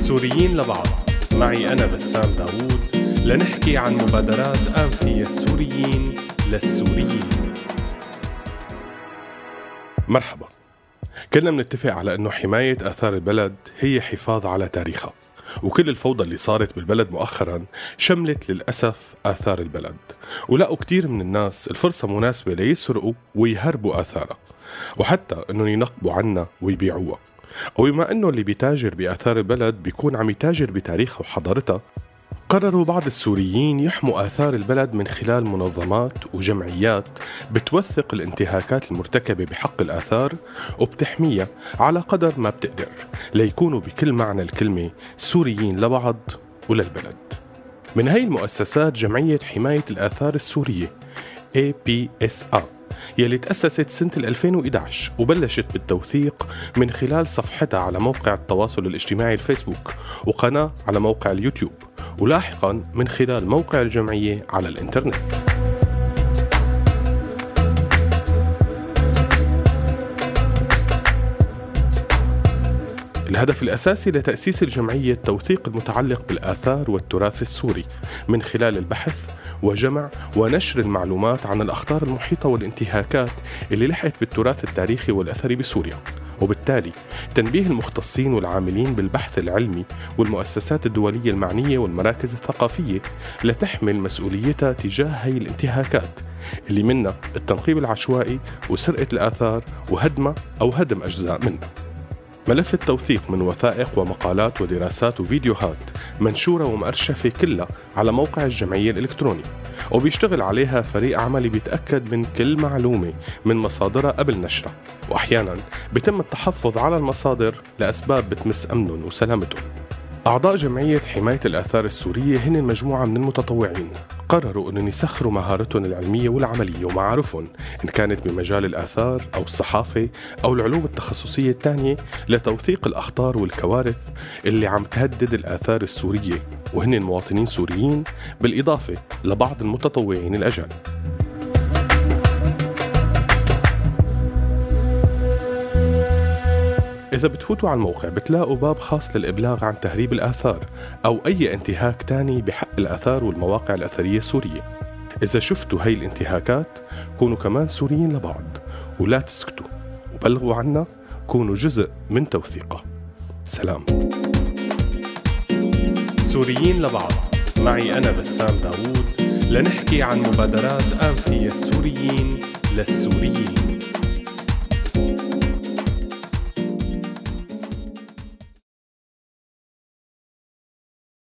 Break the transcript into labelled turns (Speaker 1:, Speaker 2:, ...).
Speaker 1: سوريين لبعض، معي أنا بسام داوود، لنحكي عن مبادرات قام فيها السوريين للسوريين. مرحبا. كلنا منتفق على أنه حماية آثار البلد هي حفاظ على تاريخها، وكل الفوضى اللي صارت بالبلد مؤخرا شملت للأسف آثار البلد، ولقوا كتير من الناس الفرصة مناسبة ليسرقوا ويهربوا آثارها، وحتى أنه ينقبوا عنها ويبيعوها. وبما أنه اللي بيتاجر بآثار البلد بيكون عم يتاجر بتاريخها وحضارتها، قرروا بعض السوريين يحموا آثار البلد من خلال منظمات وجمعيات بتوثق الانتهاكات المرتكبة بحق الآثار وبتحميها على قدر ما بتقدر، ليكونوا بكل معنى الكلمة سوريين لبعض وللبلد. من هاي المؤسسات جمعية حماية الآثار السورية APSA، يلي تأسست سنة 2011 وبلشت بالتوثيق من خلال صفحتها على موقع التواصل الاجتماعي الفيسبوك وقناة على موقع اليوتيوب، ولاحقاً من خلال موقع الجمعية على الإنترنت. الهدف الأساسي لتأسيس الجمعية التوثيق المتعلق بالآثار والتراث السوري من خلال البحث وجمع ونشر المعلومات عن الأخطار المحيطة والانتهاكات اللي لحقت بالتراث التاريخي والأثري بسوريا، وبالتالي تنبيه المختصين والعاملين بالبحث العلمي والمؤسسات الدولية المعنية والمراكز الثقافية لتحمل مسؤوليتها تجاه هاي الانتهاكات اللي منها التنقيب العشوائي وسرقة الآثار وهدمها أو هدم أجزاء منها. ملف التوثيق من وثائق ومقالات ودراسات وفيديوهات منشورة ومؤرشفة كلها على موقع الجمعية الإلكتروني، وبيشتغل عليها فريق عملي بيتأكد من كل معلومة من مصادرها قبل نشرها، وأحيانا بيتم التحفظ على المصادر لأسباب بتمس أمنهم وسلامتهم. أعضاء جمعية حماية الآثار السورية هن مجموعة من المتطوعين قرروا أن يسخروا مهارتهم العلمية والعملية ومعارفهم إن كانت بمجال الآثار أو الصحافة أو العلوم التخصصية الثانية لتوثيق الأخطار والكوارث اللي عم تهدد الآثار السورية، وهن مواطنين سوريين بالإضافة لبعض المتطوعين الأجانب. إذا بتفوتوا على الموقع بتلاقوا باب خاص للإبلاغ عن تهريب الآثار أو أي انتهاك تاني بحق الآثار والمواقع الأثرية السورية. إذا شفتوا هاي الانتهاكات كونوا كمان سوريين لبعض ولا تسكتوا، وبلغوا عنا، كونوا جزء من توثيقها. سلام. سوريين لبعض، معي أنا بسام داوود، لنحكي عن مبادرات قام فيها السوريين للسوريين.